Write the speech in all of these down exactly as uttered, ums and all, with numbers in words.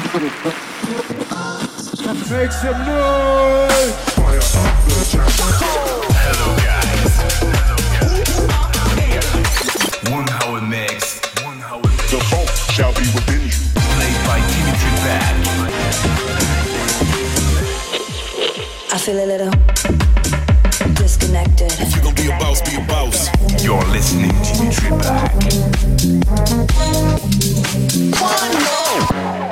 Make some noise! Hello guys. One hour mix. One hour mix. The funk shall be within you. Played by Dimitri Bag. I feel a little disconnected. If you gon' be a boss, be a boss. You're listening to Dimitri Bag. One more.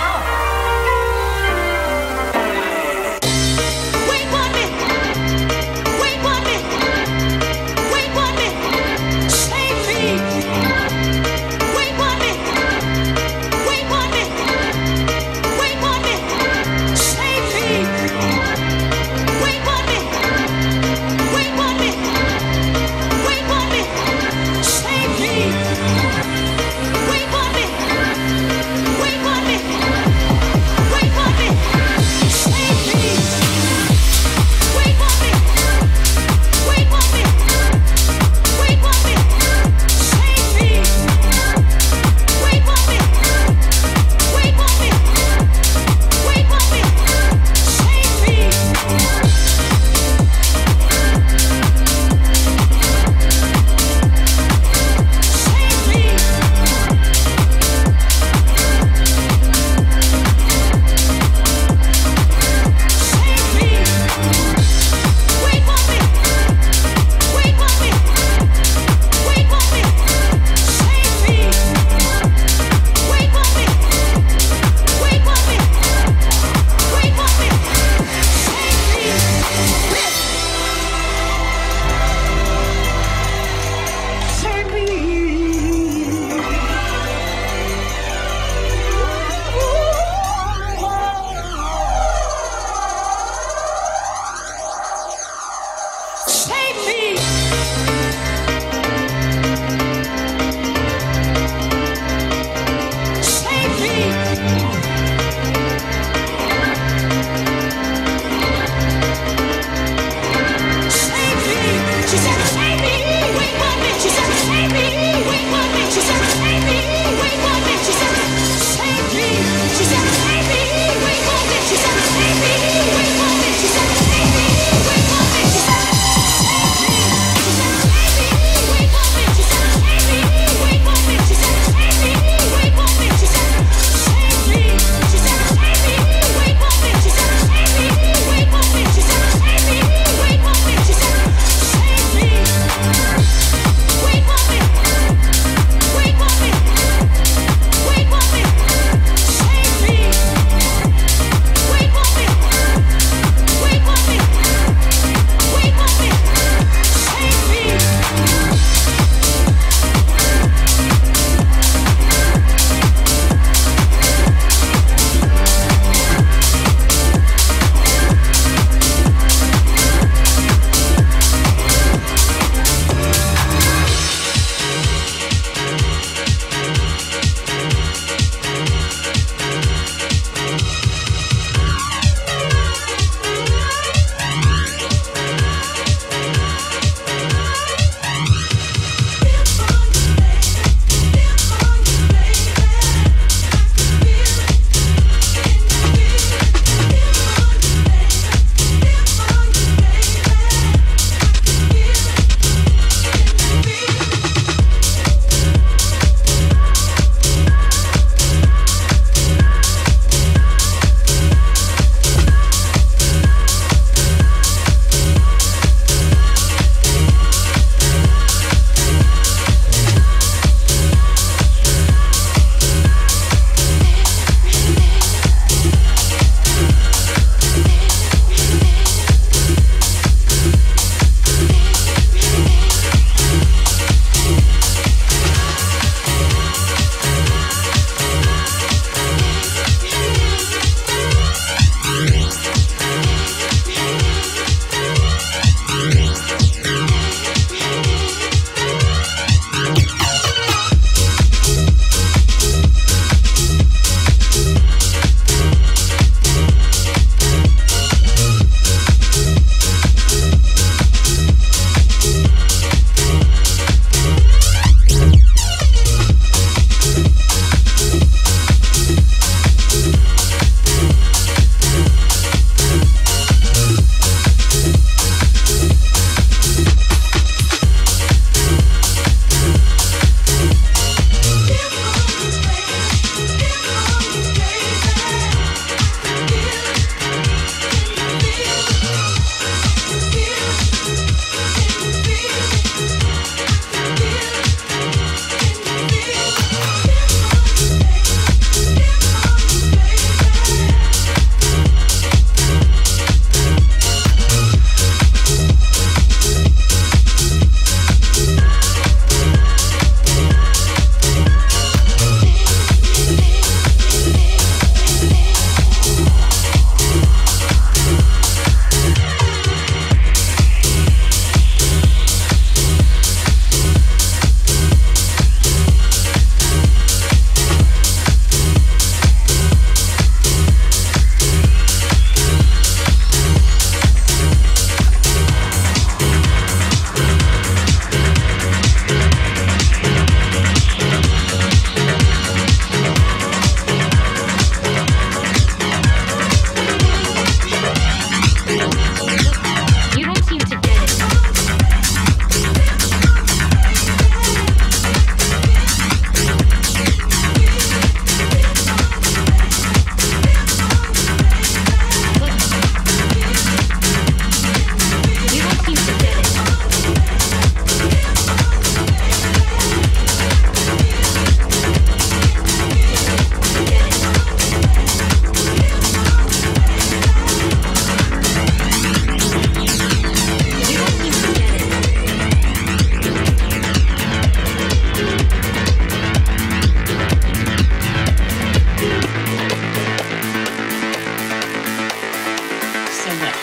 Wait,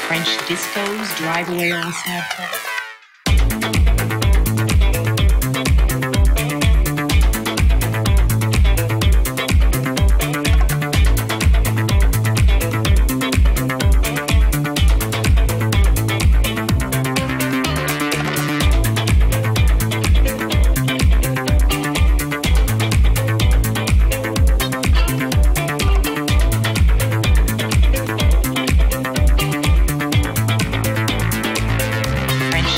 French discos, Drive Away on SoundCloud. French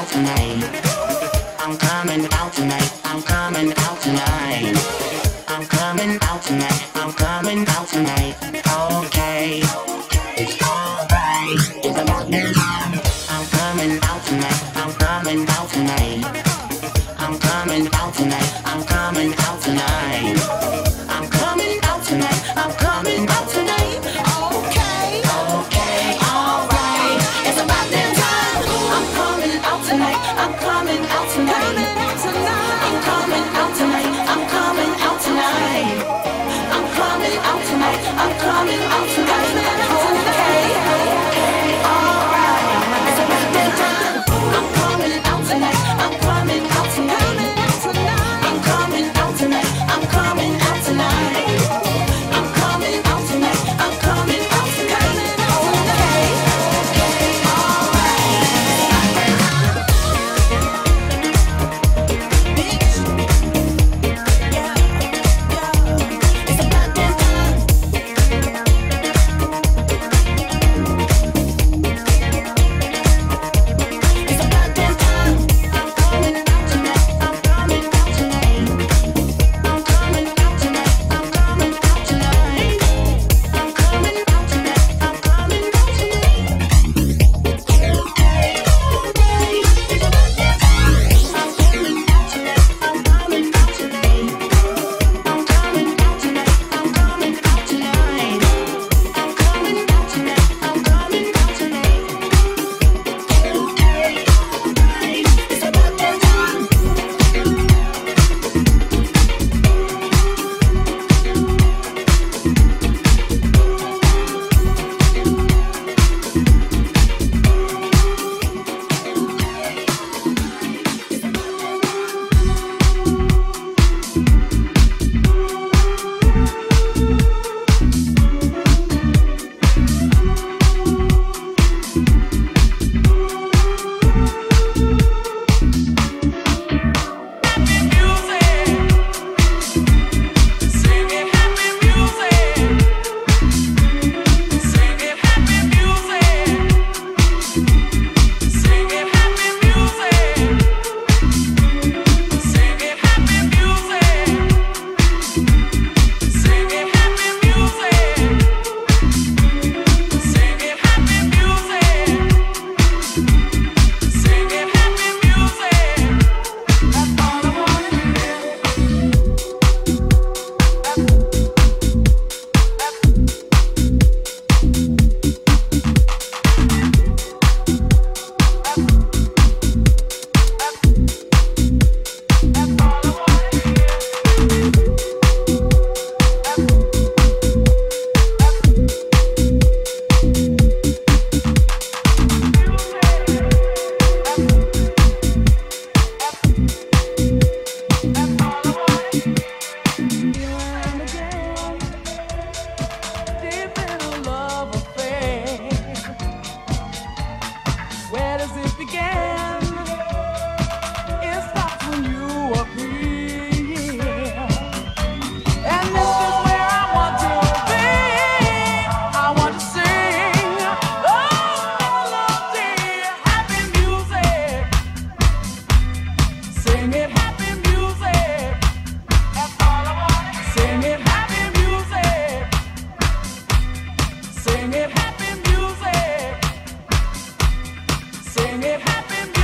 Sing it happy music. Sing it happy music.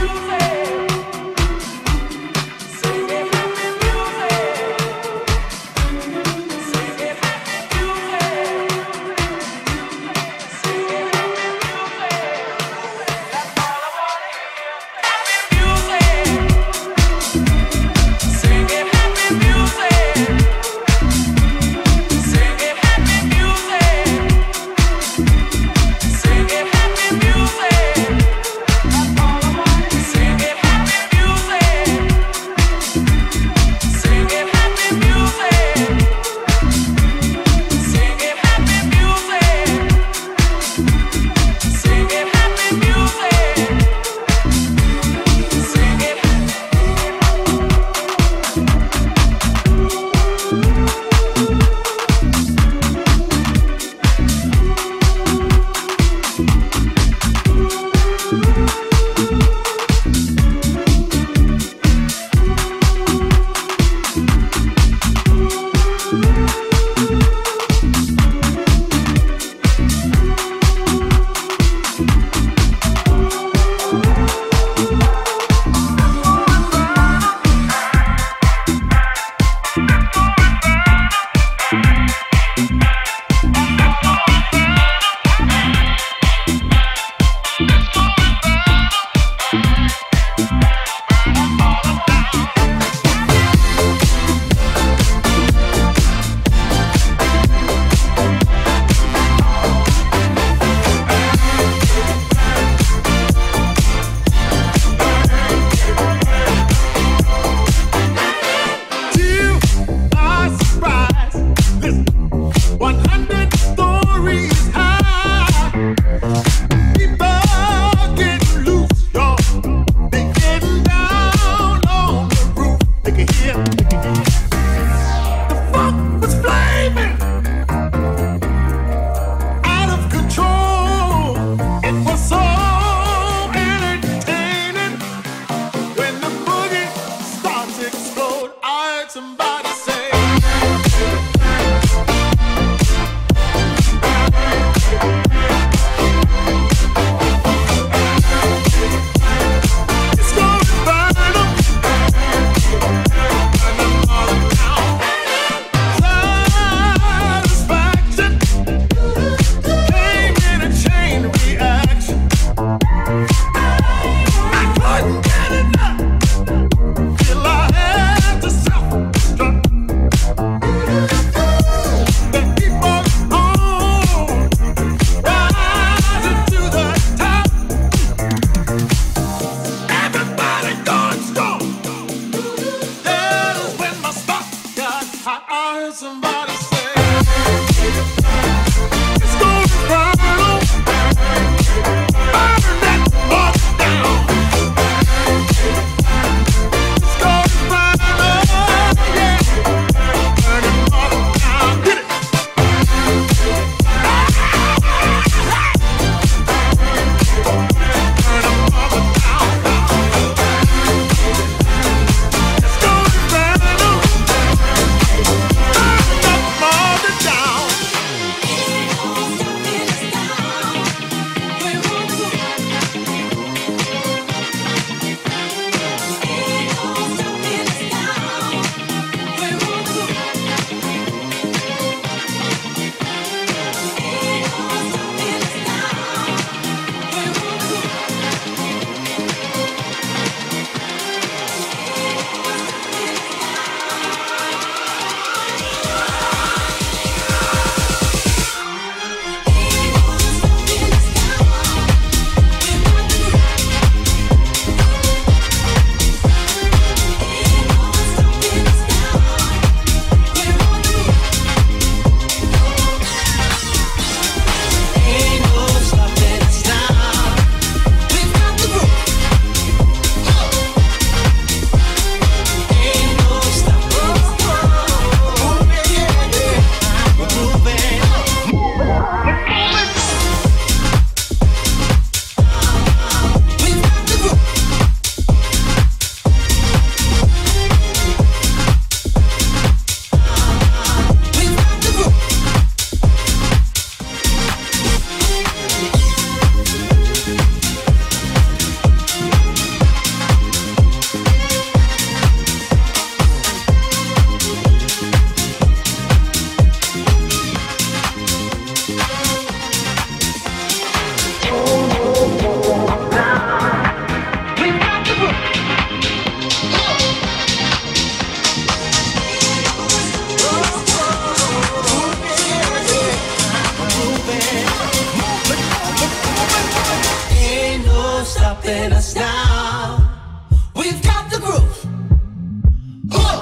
stopping us now. We've got the groove. Oh.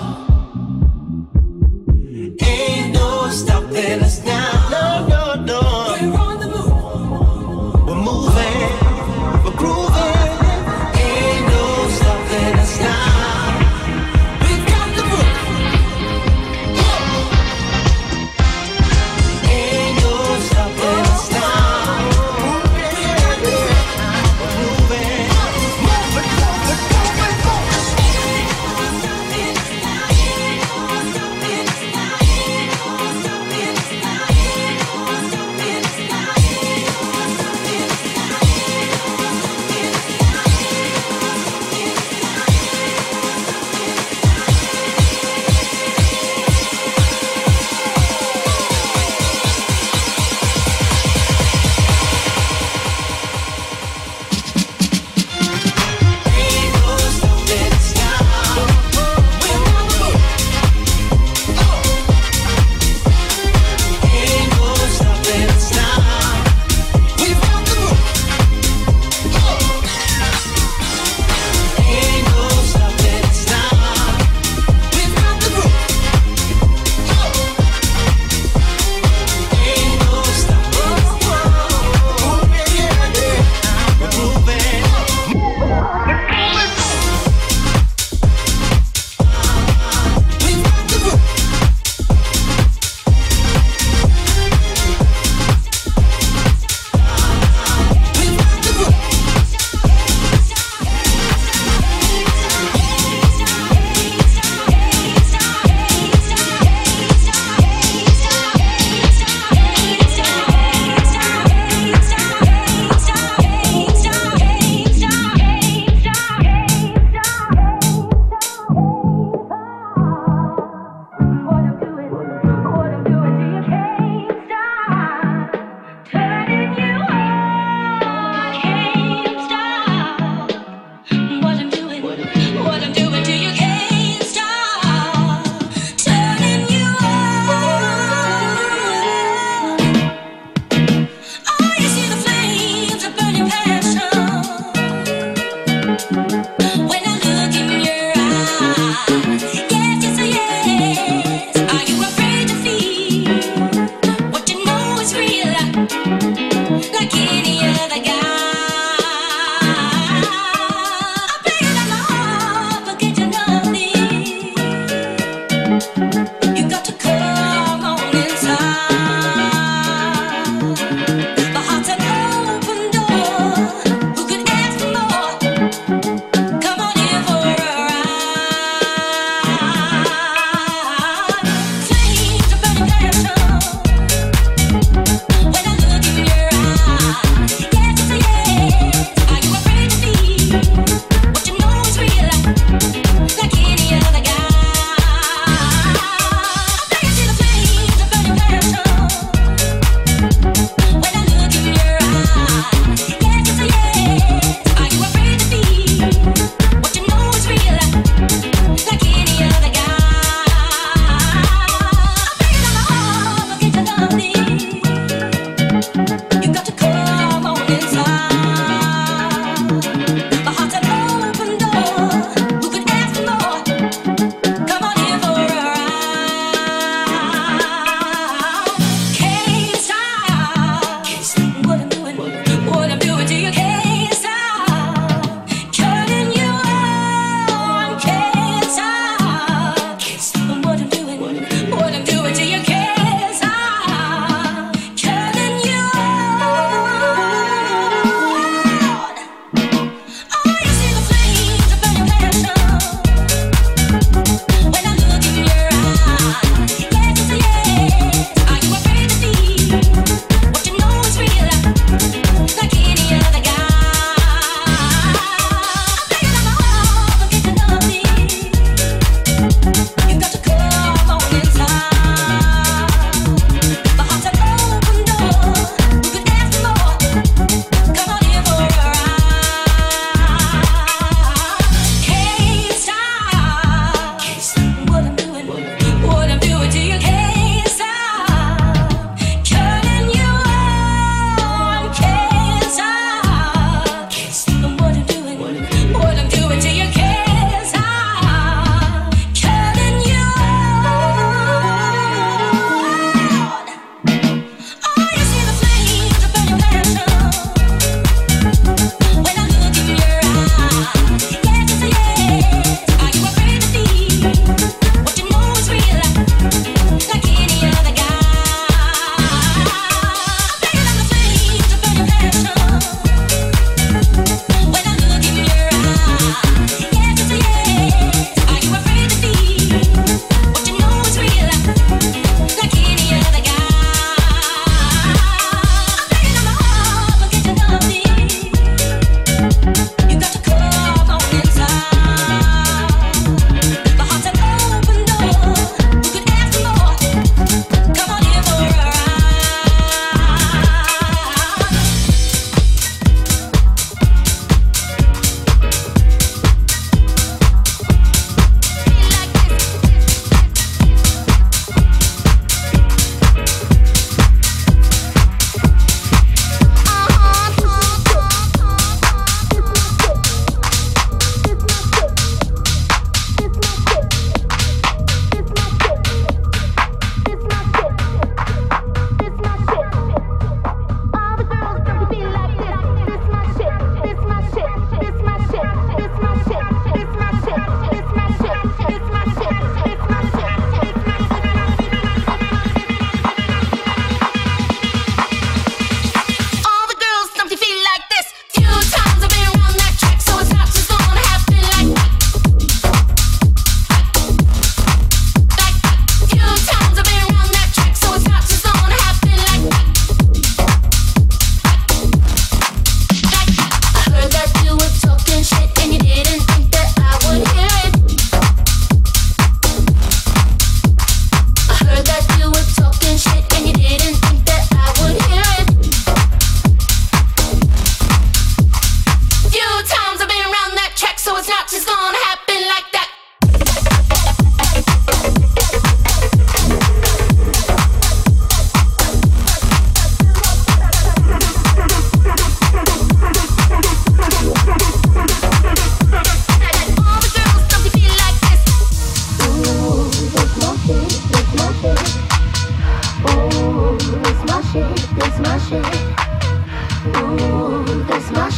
Ain't no stopping us now. No, no, no. We're on the move. We're moving. We're grooving. Ain't no stopping us now. We've got the groove. Oh. Ain't no stopping us now. We're moving. We're moving.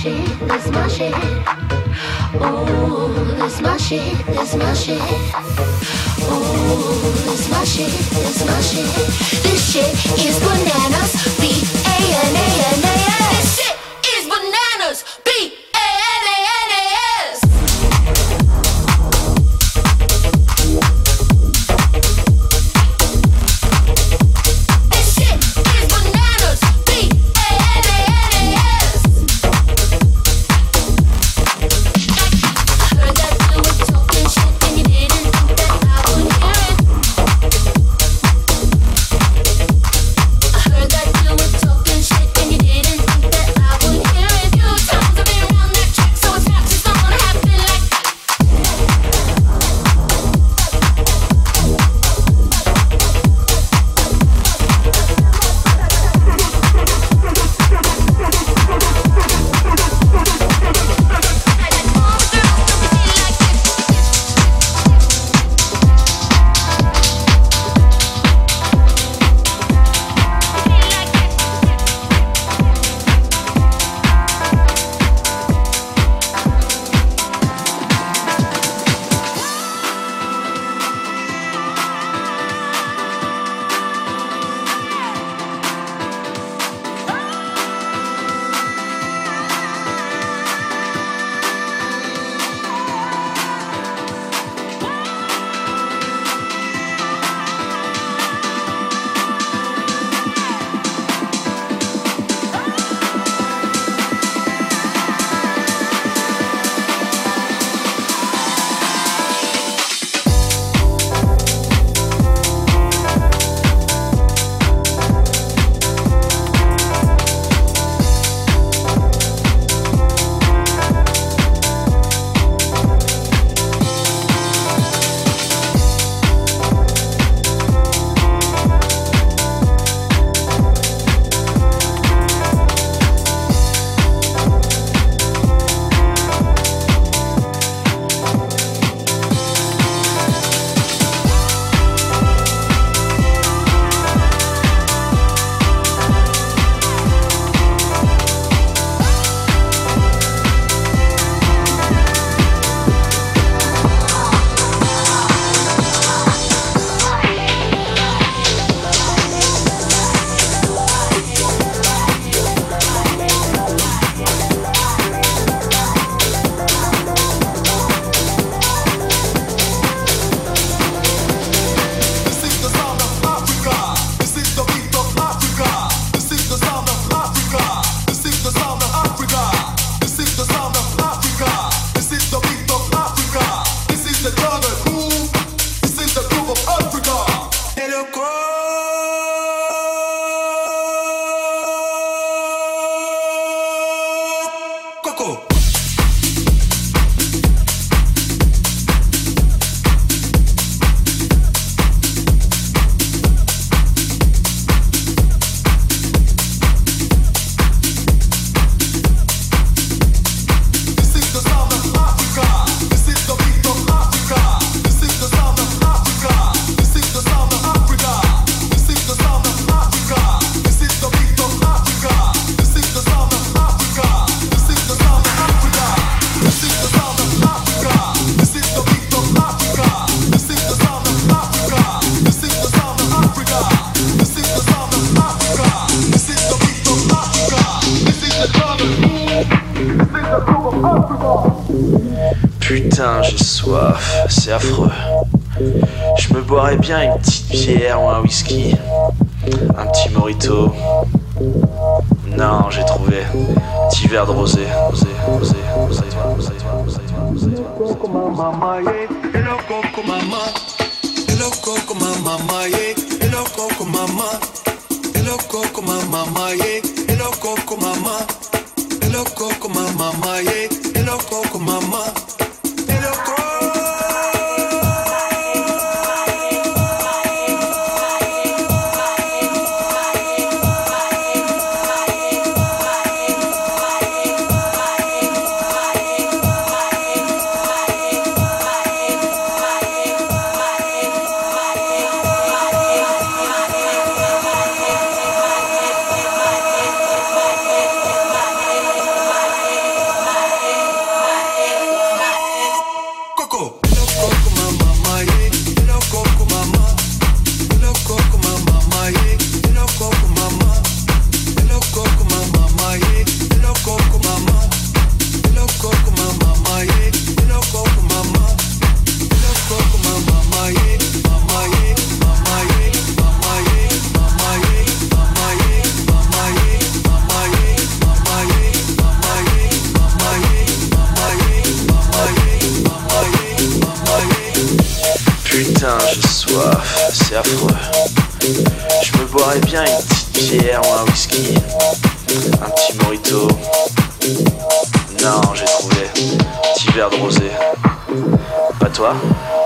shit, this my shit. Ooh, this my shit, this my shit. Ooh, this my shit, this my shit. This shit is bananas. B A N A N A S. This shit is bananas. B A N A N A S. This shit is bananas. B A N A N A S. I heard that you were talking shit and you didn't think that I would hear it. I heard that you were talking shit and you didn't think that I would hear it. Few times I've been around that track, so it's not just gonna happen like that. Putain, j'ai soif, c'est affreux. Je me boirais bien une petite bière ou un whisky. Un petit mojito. Non, j'ai trouvé. Petit verre de rosé. Rosé, rosé, rosé, rosé, rosé, rosé, rosé. Coco mama, yeah. Hello coco mama. Hello coco mama, yeah. Hello coco mama. Hello coco mama, yeah. Hello coco mama. Hello coco mama, yeah. Hello coco mama. Hello coco. soif, c'est affreux. Je me boirais bien une petite bière ou un whisky, un petit mojito. Non, j'ai trouvé, petit verre de rosé. Pas toi ?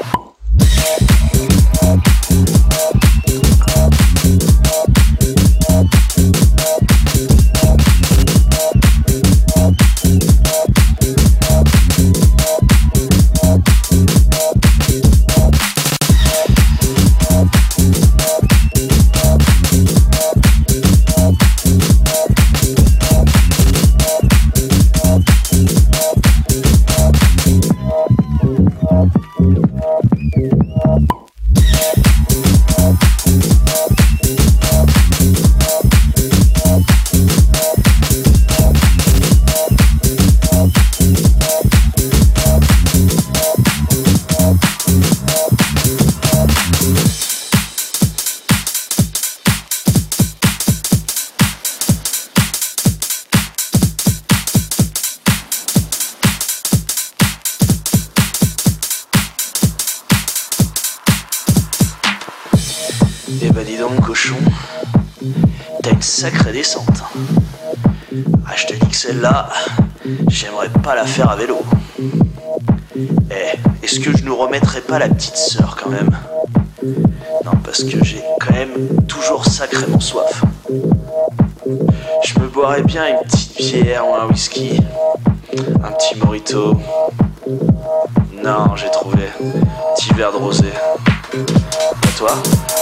Eh bah dis donc cochon, t'as une sacrée descente. Ah je te dis que celle-là, j'aimerais pas la faire à vélo. Eh, est-ce que je nous remettrais pas la petite sœur quand même? Non parce que j'ai quand même toujours sacrément soif. Je me boirais bien une petite bière ou un whisky, un petit mojito. Non j'ai trouvé, petit verre de rosé. Pas toi?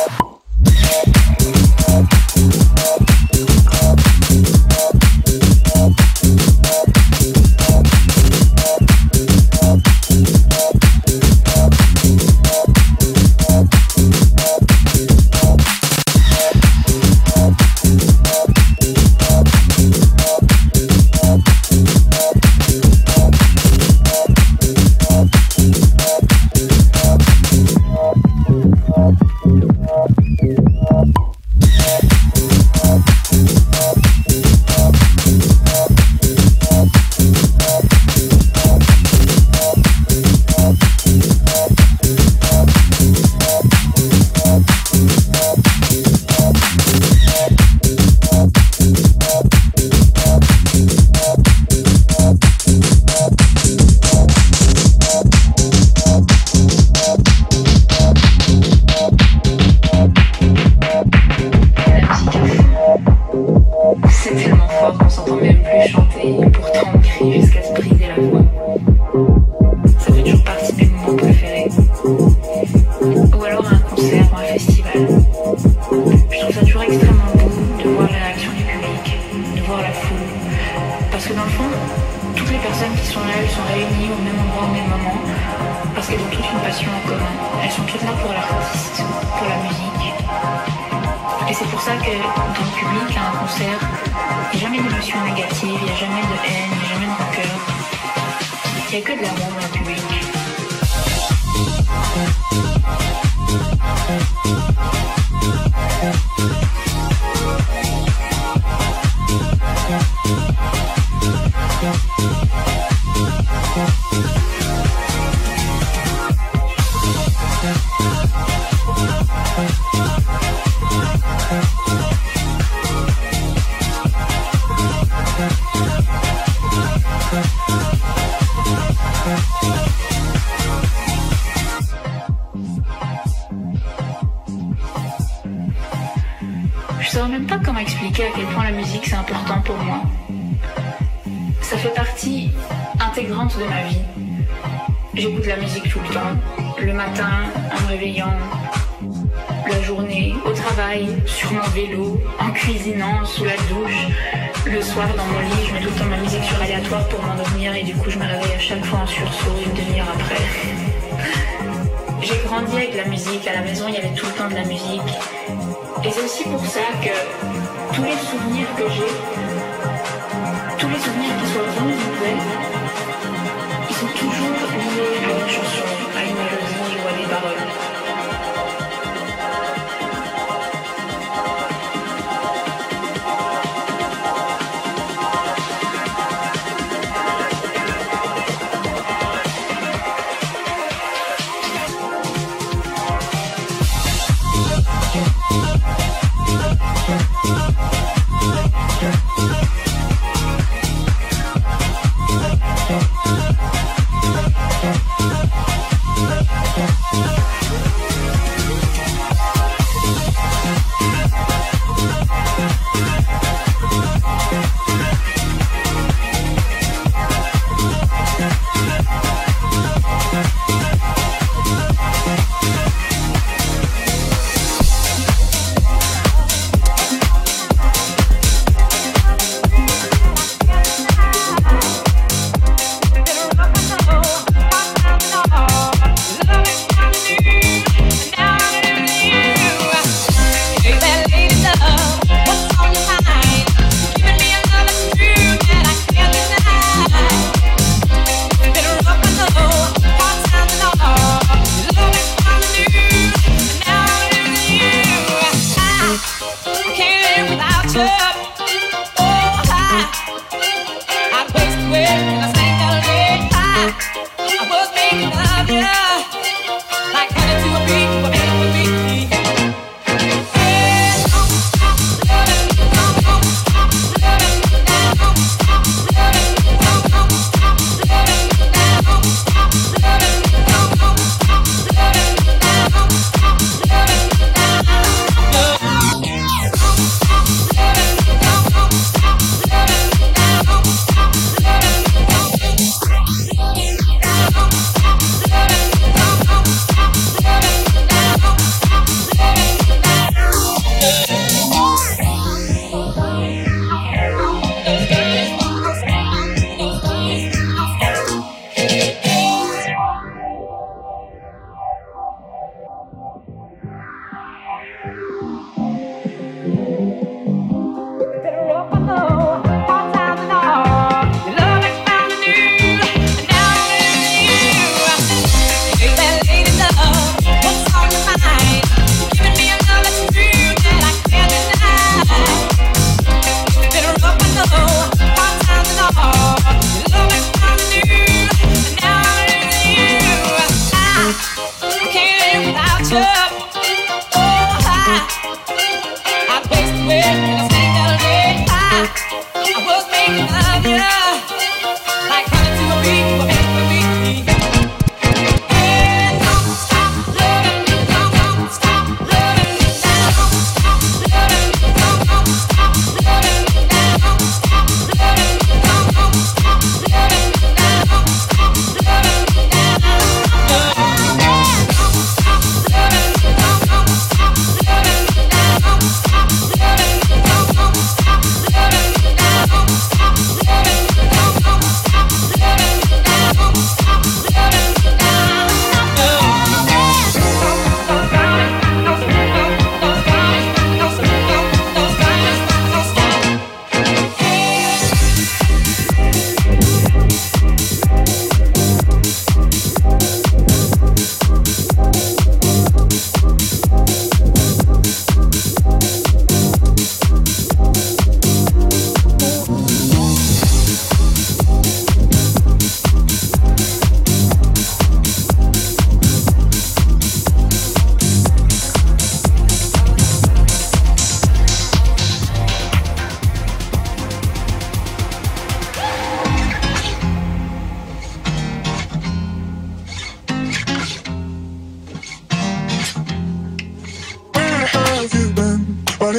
Je saurais même pas comment expliquer à quel point la musique c'est important pour moi. Ça fait partie intégrante de ma vie. J'écoute la musique tout le temps, le matin, en me réveillant, la journée, au travail, sur mon vélo, en cuisinant, sous la douche, le soir dans mon lit, je mets tout le temps ma musique sur aléatoire pour m'endormir et du coup je me réveille à chaque fois en sursaut une demi-heure après. J'ai grandi avec la musique, à la maison il y avait tout le temps de la musique. Et c'est aussi pour ça que tous les souvenirs que j'ai, tous les souvenirs qui soient vraiment visuels, ils sont toujours liés à une chanson, à une mélodie ou à des paroles.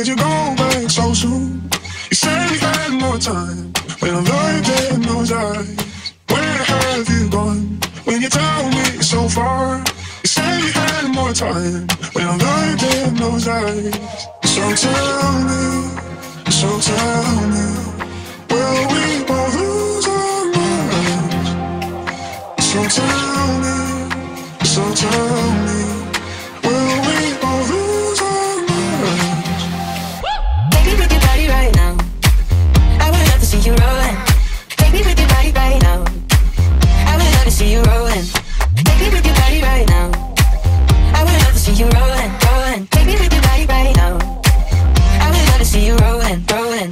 you go back so soon? You said we had more time. When I looked in those eyes, where have you gone? When you tell me so far, you said we had more time. When I looked in those eyes, so tell me, so tell me, will we both lose our minds? So tell me, so tell me, will we both lose our minds? Take me with your body right now. I would love to see you rolling. Take me with your body right now. I would love to see you rolling. Take me with your body right now. I would love to see you rolling, rolling. Take me with your body right now. I would love to see you rolling, rolling.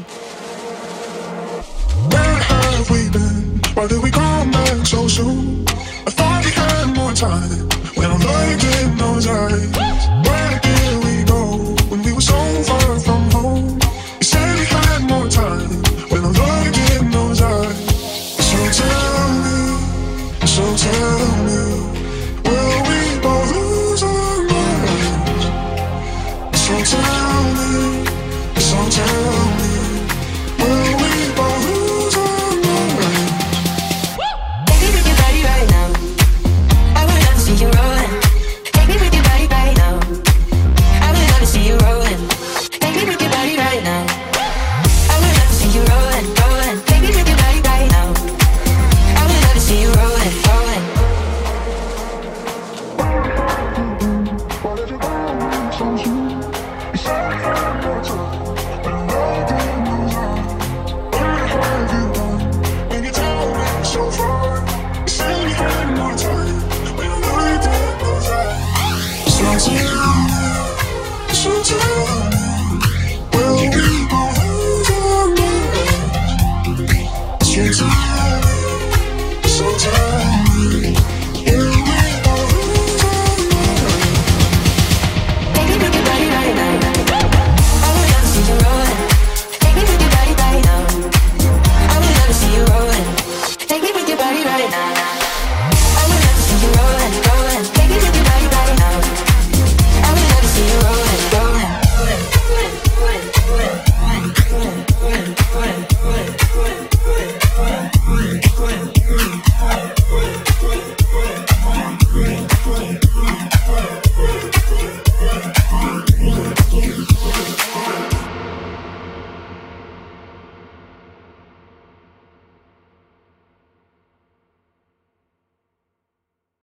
Where have we been? Why did we come back so soon? I thought we had more time. When I looked in those eyes, where did we go? When we were so far from home, you said we had more time. When I looked in those eyes, so tell me, so tell me, will we both lose our minds? So tell me, so tell me, will we both lose our minds? Take me with your body right now. I would love to see you rolling. Take me with your body right now. I would love to see you rolling. Take me with your body right now. I would love to see you rolling, rolling. Take me with your body right now. I would love to see you rolling, rolling. When you told me so far, you said we had more time. When I looked in those eyes, so tell me, so tell me, will we both lose our minds? So tell me, so tell me, will we both lose our minds? Take me with your body right now. I would love to see you rolling. Take me with your body right now. I would love to see you rolling. Take me with your body right now. I would love to see you rolling, rolling.